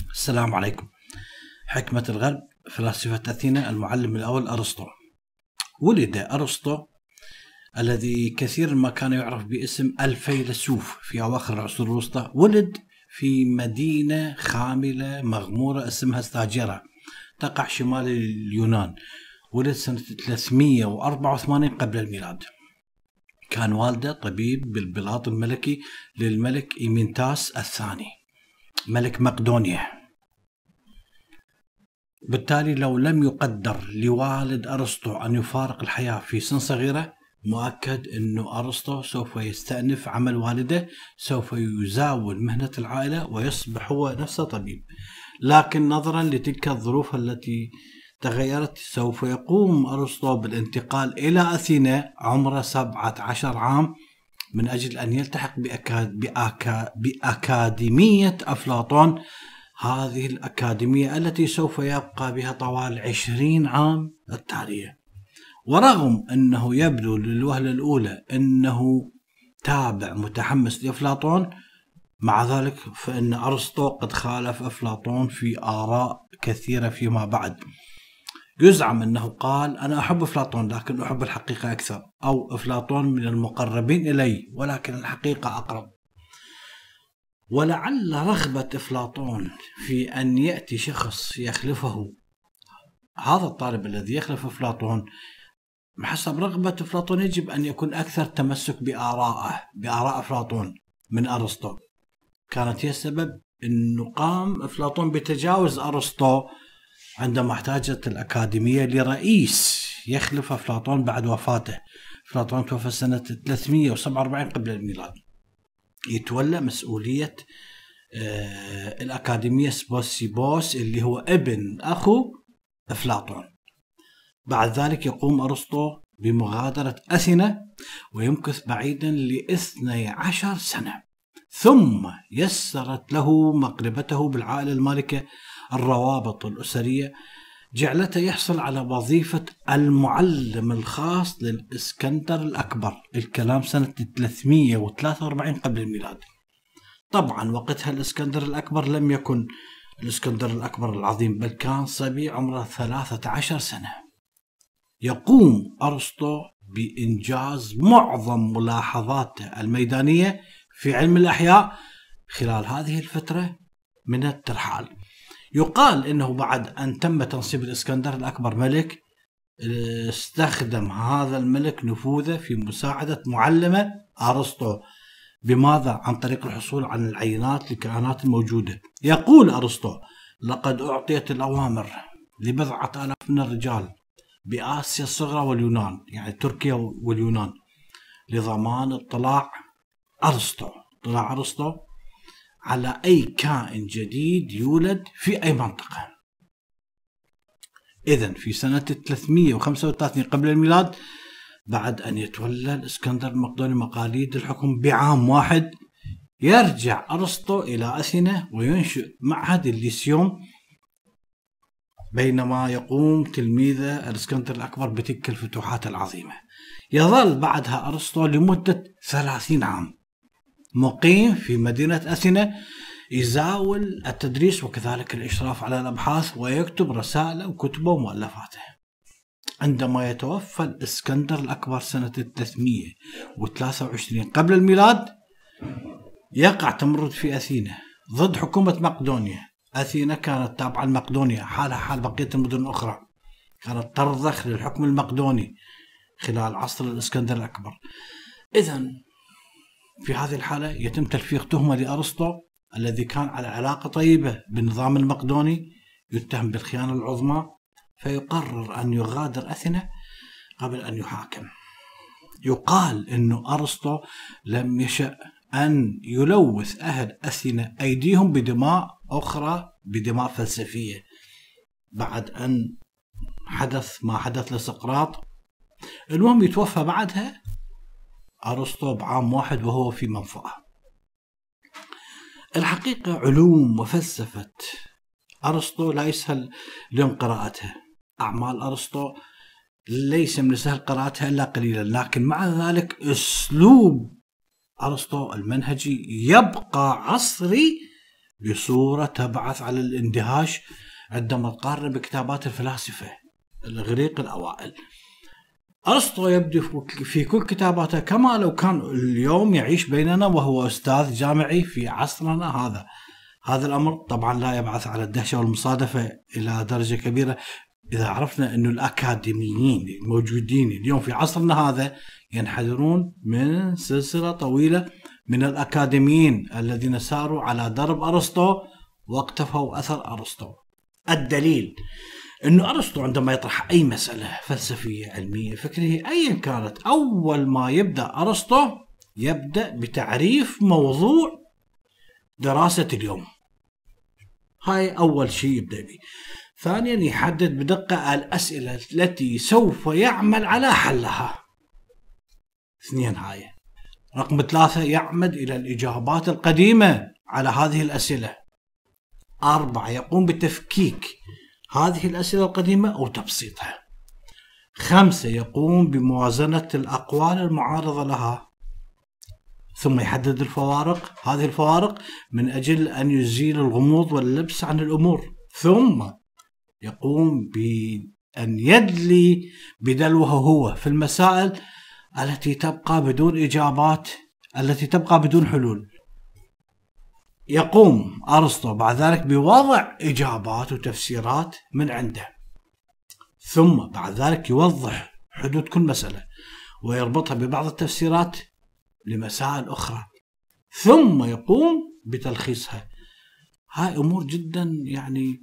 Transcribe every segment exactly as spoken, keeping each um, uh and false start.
السلام عليكم. حكمة الغرب، فلاسفة أثينا، المعلم الأول أرسطو. ولد أرسطو الذي كثير ما كان يعرف باسم الفيلسوف في أواخر العصور الوسطى، ولد في مدينة خاملة مغمورة اسمها ستاجرة تقع شمال اليونان. ولد سنة ثلاثمئة وأربعة وثمانين قبل الميلاد. كان والده طبيب بالبلاط الملكي للملك إيمينتاس الثاني ملك مقدونيا. بالتالي لو لم يقدر لوالد أرسطو أن يفارق الحياة في سن صغيرة، مؤكد أنه أرسطو سوف يستأنف عمل والده، سوف يزاول مهنة العائلة ويصبح هو نفسه طبيب. لكن نظرا لتلك الظروف التي تغيرت، سوف يقوم أرسطو بالانتقال إلى أثينا عمره سبعة عشر عام من أجل أن يلتحق بأكاد... بأكا... بأكاديمية أفلاطون، هذه الأكاديمية التي سوف يبقى بها طوال عشرين عام التالية. ورغم أنه يبدو للوهلة الأولى أنه تابع متحمس لأفلاطون، مع ذلك فإن أرسطو قد خالف أفلاطون في آراء كثيرة فيما بعد. يزعم أنه قال: أنا أحب أفلاطون لكن أحب الحقيقة أكثر، أو أفلاطون من المقربين إلي ولكن الحقيقة أقرب. ولعل رغبة أفلاطون في أن يأتي شخص يخلفه، هذا الطالب الذي يخلف أفلاطون حسب رغبة أفلاطون يجب أن يكون أكثر تمسك بآرائه بآراء أفلاطون من أرسطو. كانت هي السبب أنه قام أفلاطون بتجاوز أرسطو عندما احتاجت الأكاديمية لرئيس يخلف أفلاطون بعد وفاته. أفلاطون توفى سنة ثلاثمئة وسبعة وأربعين قبل الميلاد. يتولى مسؤولية آه الأكاديمية سبوسيبوس اللي هو ابن أخو أفلاطون. بعد ذلك يقوم أرسطو بمغادرة أثينا ويمكث بعيدا لاثني عشر سنة، ثم يسرت له مقربته بالعائلة المالكة الروابط الأسرية جعلته يحصل على وظيفة المعلم الخاص للإسكندر الأكبر. الكلام سنة ثلاثمئة وثلاثة وأربعين قبل الميلاد. طبعا وقتها الإسكندر الأكبر لم يكن الإسكندر الأكبر العظيم، بل كان صبي عمره ثلاثة عشر سنة. يقوم أرسطو بإنجاز معظم ملاحظاته الميدانية في علم الأحياء خلال هذه الفترة من الترحال. يقال إنه بعد أن تم تنصيب الإسكندر الأكبر ملك، استخدم هذا الملك نفوذه في مساعدة معلمه أرسطو. بماذا؟ عن طريق الحصول على العينات للكائنات الموجودة. يقول أرسطو: لقد أعطيت الأوامر لبضعة آلاف من الرجال بآسيا الصغرى واليونان، يعني تركيا واليونان، لضمان اطلاع أرسطو اطلاع أرسطو على أي كائن جديد يولد في أي منطقة. إذن في سنة ثلاثمئة وخمسة وثلاثين قبل الميلاد، بعد أن يتولى الإسكندر المقدوني مقاليد الحكم بعام واحد، يرجع أرسطو إلى أثينا وينشئ معهد الليسيوم، بينما يقوم تلميذه الإسكندر الأكبر بتلك الفتوحات العظيمة. يظل بعدها أرسطو لمدة ثلاثين عام مقيم في مدينة أثينا، يزاول التدريس وكذلك الإشراف على الأبحاث، ويكتب رسائله وكتبه ومؤلفاته. عندما يتوفى الإسكندر الأكبر سنة ثلاثمئة وثلاثة وعشرين قبل الميلاد، يقع تمرد في أثينا ضد حكومة مقدونيا. أثينا كانت تابعة لمقدونيا، حالها حال بقية المدن الأخرى، كانت ترضخ للحكم المقدوني خلال عصر الإسكندر الأكبر. إذن في هذه الحالة يتم تلفيق تهمة لأرسطو الذي كان على علاقة طيبة بالنظام المقدوني، يتهم بالخيانة العظمى، فيقرر أن يغادر أثينا قبل أن يحاكم. يقال أنه أرسطو لم يشأ أن يلوث أهل أثينا أيديهم بدماء أخرى، بدماء فلسفية، بعد أن حدث ما حدث لسقراط. المهم يتوفى بعدها أرسطو بعام واحد وهو في منفاه. الحقيقة علوم وفلسفة أرسطو لا يسهل اليوم قراءتها. أعمال أرسطو ليس من السهل قراءتها إلا قليلا، لكن مع ذلك أسلوب أرسطو المنهجي يبقى عصري بصورة تبعث على الاندهاش عندما تقارن بكتابات الفلاسفة الإغريق الأوائل. أرسطو يبدو في كل كتاباته كما لو كان اليوم يعيش بيننا وهو أستاذ جامعي في عصرنا هذا. هذا الأمر طبعا لا يبعث على الدهشة والمصادفة إلى درجة كبيرة إذا عرفنا أن الأكاديميين الموجودين اليوم في عصرنا هذا ينحدرون من سلسلة طويلة من الأكاديميين الذين ساروا على درب أرسطو واقتفوا أثر أرسطو. الدليل أنه أرسطو عندما يطرح أي مسألة فلسفية علمية فكرية أيا كانت، أول ما يبدأ أرسطو يبدأ بتعريف موضوع دراسة اليوم. هاي أول شيء يبدأ به. ثانيا يحدد بدقة الأسئلة التي سوف يعمل على حلها. اثنين هاي. رقم ثلاثة يعمد إلى الإجابات القديمة على هذه الأسئلة. أربعة يقوم بتفكيك هذه الأسئلة القديمة أو تبسيطها. خمسة يقوم بموازنة الأقوال المعارضة لها، ثم يحدد الفوارق، هذه الفوارق من أجل أن يزيل الغموض واللبس عن الأمور، ثم يقوم بأن يدلي بدلوه هو في المسائل التي تبقى بدون إجابات، التي تبقى بدون حلول. يقوم أرسطو بعد ذلك بوضع إجابات وتفسيرات من عنده، ثم بعد ذلك يوضح حدود كل مسألة ويربطها ببعض التفسيرات لمسائل أخرى، ثم يقوم بتلخيصها. هاي أمور جدا يعني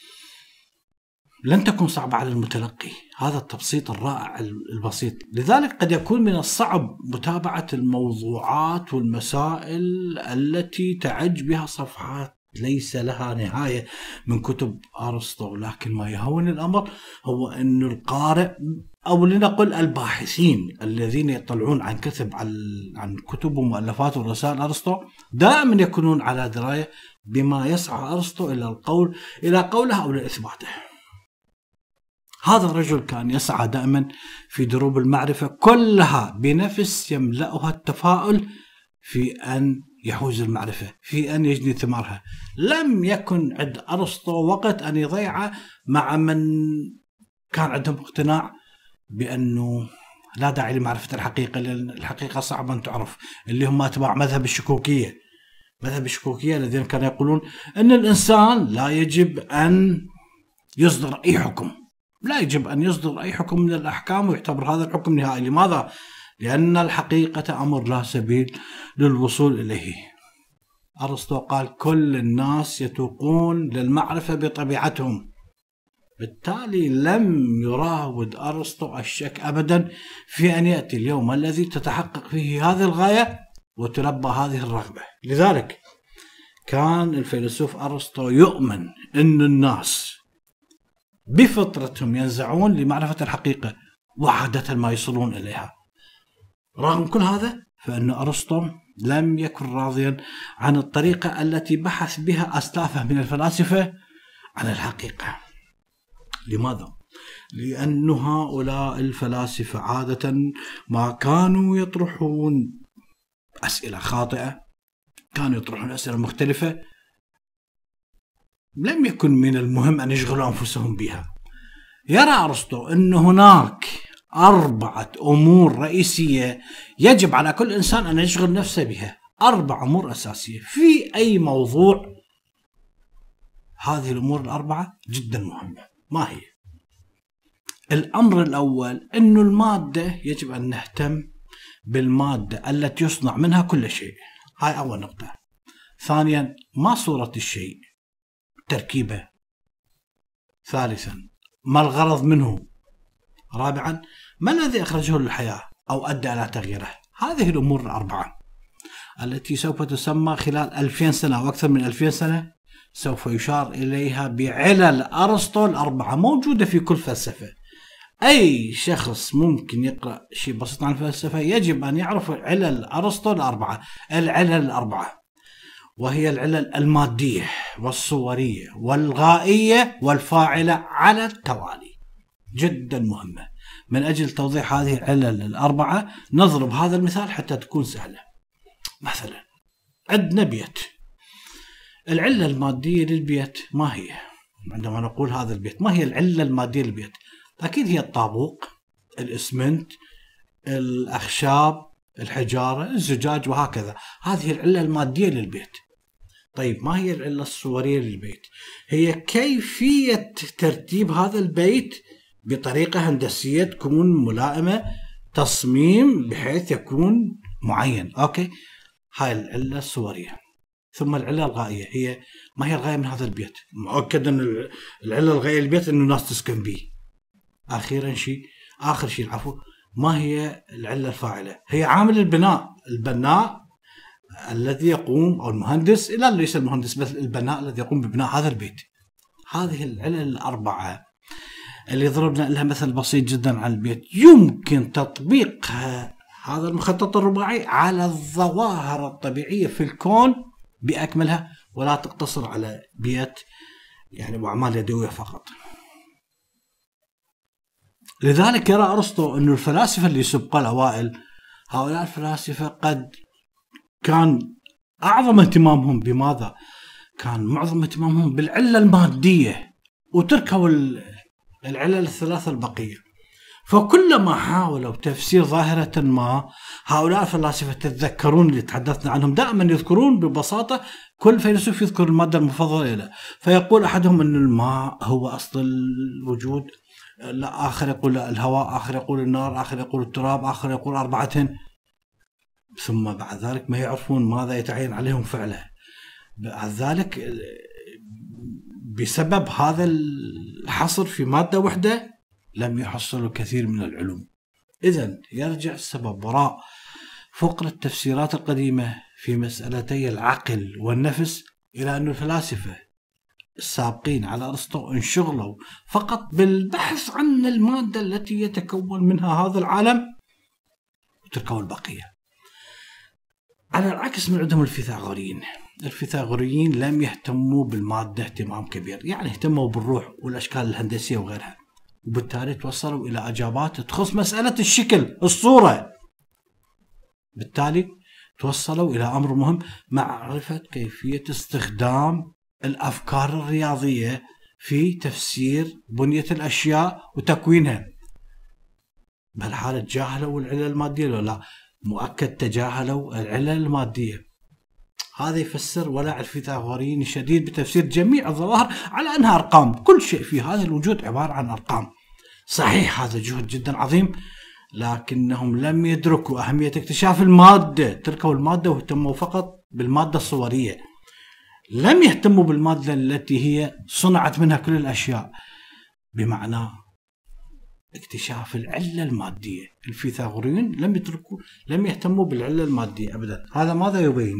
لن تكون صعبة على المتلقي، هذا التبسيط الرائع البسيط. لذلك قد يكون من الصعب متابعة الموضوعات والمسائل التي تعج بها صفحات ليس لها نهاية من كتب أرسطو، لكن ما يهون الأمر هو أن القارئ أو لنقل الباحثين الذين يطلعون عن كتب عن كتب ومؤلفات ورسائل أرسطو دائما يكونون على دراية بما يسعى أرسطو إلى القول إلى قوله أو لإثباته. هذا الرجل كان يسعى دائما في دروب المعرفة كلها بنفس يملأها التفاؤل في أن يحوز المعرفة، في أن يجني ثمارها. لم يكن عند أرسطو وقت أن يضيع مع من كان عندهم اقتناع بأنه لا داعي لمعرفة الحقيقة لأن الحقيقة صعبة أن تعرف، اللي هم أتباع مذهب الشكوكية. مذهب الشكوكية الذين كانوا يقولون أن الإنسان لا يجب أن يصدر أي حكم، لا يجب أن يصدر أي حكم من الأحكام ويعتبر هذا الحكم نهائي. لماذا؟ لأن الحقيقة أمر لا سبيل للوصول إليه. أرسطو قال كل الناس يتوقون للمعرفة بطبيعتهم، بالتالي لم يراود أرسطو الشك أبدا في أن يأتي اليوم الذي تتحقق فيه هذه الغاية وتلبى هذه الرغبة. لذلك كان الفيلسوف أرسطو يؤمن أن الناس بفطرتهم ينزعون لمعرفة الحقيقة وعادة ما يصلون إليها. رغم كل هذا فإن أرسطو لم يكن راضيا عن الطريقة التي بحث بها أسلافه من الفلاسفة عن الحقيقة. لماذا؟ لأن هؤلاء الفلاسفة عادة ما كانوا يطرحون أسئلة خاطئة، كانوا يطرحون أسئلة مختلفة لم يكن من المهم أن يشغلوا أنفسهم بها. يرى أرسطو أن هناك أربعة أمور رئيسية يجب على كل إنسان أن يشغل نفسه بها، أربع أمور أساسية في أي موضوع. هذه الأمور الأربعة جدا مهمة. ما هي؟ الأمر الأول أن المادة يجب أن نهتم بالمادة التي يصنع منها كل شيء، هاي أول نقطة. ثانيا ما صورة الشيء، تركيبه. ثالثا ما الغرض منه. رابعا ما الذي أخرجه للحياة أو أدى إلى تغييره. هذه الأمور الأربعة التي سوف تسمى خلال ألفين سنة وأكثر من ألفين سنة سوف يشار إليها بعلل أرسطو الأربعة، موجودة في كل فلسفة. أي شخص ممكن يقرأ شيء بسيط عن الفلسفة يجب أن يعرف علل أرسطو الأربعة. العلل الأربعة وهي العلل المادية والصورية والغائية والفاعلة على التوالي، جدا مهمة. من أجل توضيح هذه العلل الأربعة نضرب هذا المثال حتى تكون سهلة. مثلا عندنا بيت، العلة المادية للبيت ما هي؟ عندما نقول هذا البيت، ما هي العلة المادية للبيت؟ أكيد هي الطابوق، الإسمنت، الأخشاب، الحجارة، الزجاج، وهكذا. هذه العلة المادية للبيت. طيب ما هي العلة الصورية للبيت؟ هي كيفية ترتيب هذا البيت بطريقة هندسية تكون ملائمة، تصميم بحيث يكون معين. أوكي، هاي العلة الصورية. ثم العلة الغائية، هي ما هي الغاية من هذا البيت؟ مؤكد أن العلة الغائية للبيت أنه الناس تسكن به. أخيرا شيء آخر شيء العفو، ما هي العلة الفاعلة؟ هي عامل البناء، البناء الذي يقوم، أو المهندس، لا ليس المهندس بس البناء الذي يقوم ببناء هذا البيت. هذه العلل الأربعة اللي ضربنا لها مثل بسيط جدا عن البيت، يمكن تطبيق هذا المخطط الرباعي على الظواهر الطبيعية في الكون بأكملها، ولا تقتصر على بيت يعني وأعمال يدوية فقط. لذلك يرى أرسطو أن الفلاسفة اللي سبقوا الأوائل، هؤلاء الفلاسفة قد كان أعظم اهتمامهم بماذا؟ كان معظم اهتمامهم بالعلة المادية، وتركوا العلل الثلاثة البقية. فكلما حاولوا تفسير ظاهرة ما، هؤلاء الفلاسفة تتذكرون اللي تحدثنا عنهم دائما، يذكرون ببساطة كل فيلسوف يذكر المادة المفضلة له، فيقول أحدهم أن الماء هو أصل الوجود، لا آخر يقول الهواء، آخر يقول النار، آخر يقول التراب، آخر يقول أربعتهن. ثم بعد ذلك ما يعرفون ماذا يتعين عليهم فعله. بعد ذلك بسبب هذا الحصر في مادة واحدة لم يحصلوا كثير من العلوم. إذن يرجع السبب وراء فقر التفسيرات القديمة في مسألتي العقل والنفس إلى أن الفلاسفة السابقين على أرسطو انشغلوا فقط بالبحث عن المادة التي يتكون منها هذا العالم، وتركوا البقية. على العكس من عندهم الفيثاغوريين. الفيثاغوريين لم يهتموا بالمادة اهتمام كبير، يعني اهتموا بالروح والأشكال الهندسية وغيرها، وبالتالي توصلوا إلى إجابات تخص مسألة الشكل، الصورة. بالتالي توصلوا إلى أمر مهم، معرفة كيفية استخدام الأفكار الرياضية في تفسير بنية الأشياء وتكوينها. بهالحالة تجاهلوا العلل المادية ولا لا؟ مؤكد تجاهلوا العلل المادية. هذا يفسر ولع الفيثاغوريين الشديد بتفسير جميع الظواهر على أنها أرقام. كل شيء في هذا الوجود عبارة عن أرقام. صحيح هذا جهد جدا عظيم، لكنهم لم يدركوا أهمية اكتشاف المادة، تركوا المادة واهتموا فقط بالمادة الصورية، لم يهتموا بالمادة التي هي صنعت منها كل الأشياء، بمعنى اكتشاف العلة المادية. الفيثاغوريين لم يتركوا لم يهتموا بالعلة المادية أبدا. هذا ماذا يبين؟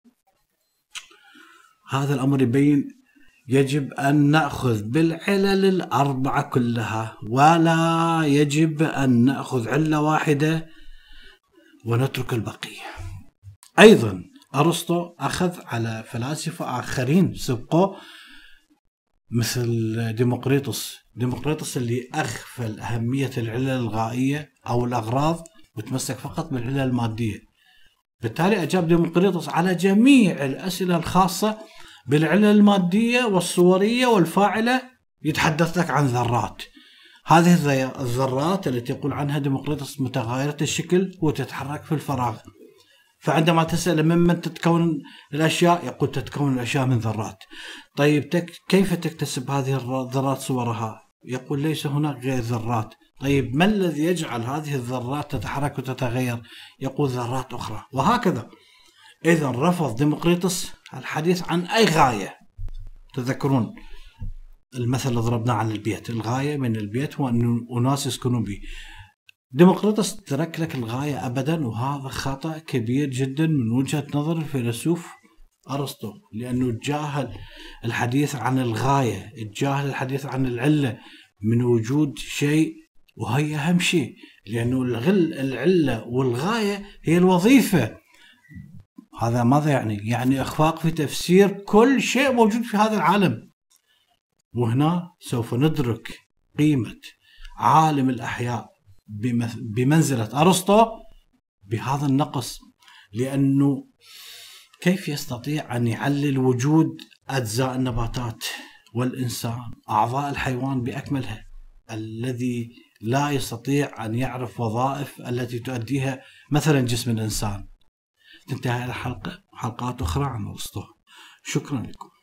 هذا الأمر يبين يجب أن نأخذ بالعلل الأربعة كلها، ولا يجب أن نأخذ علة واحدة ونترك البقية. أيضا أرسطو أخذ على فلاسفة آخرين سبقوا مثل ديمقريطس. ديمقريطس اللي أغفل أهمية العلل الغائية أو الأغراض وتمسك فقط بالعلل المادية. بالتالي أجاب ديمقريطس على جميع الأسئلة الخاصة بالعلل المادية والصورية والفاعلة. يتحدث لك عن ذرات، هذه الذرات التي يقول عنها ديمقريطس متغيرة الشكل وتتحرك في الفراغ. فعندما تسأل ممن تتكون الأشياء، يقول تتكون الأشياء من ذرات. طيب تك كيف تكتسب هذه الذرات صورها؟ يقول ليس هناك غير ذرات. طيب ما الذي يجعل هذه الذرات تتحرك وتتغير؟ يقول ذرات أخرى، وهكذا. إذن رفض ديمقريطس الحديث عن أي غاية. تذكرون المثل اللي ضربناه عن البيت، الغاية من البيت هو أن أناس يسكنون به. ديمقريطس ترك لك الغاية أبدا، وهذا خطأ كبير جدا من وجهة نظر الفيلسوف أرسطو، لأنه تجاهل الحديث عن الغاية، تجاهل الحديث عن العلة من وجود شيء، وهي أهم شيء، لأنه الغل العلة والغاية هي الوظيفة. هذا ماذا يعني؟ يعني إخفاق في تفسير كل شيء موجود في هذا العالم. وهنا سوف ندرك قيمة عالم الأحياء بمنزلة أرسطو بهذا النقص، لأنه كيف يستطيع أن يعلل وجود أجزاء النباتات والإنسان، أعضاء الحيوان بأكملها، الذي لا يستطيع أن يعرف وظائف التي تؤديها مثلا جسم الإنسان. تنتهي الحلقة، حلقات أخرى عن أرسطو. شكرا لكم.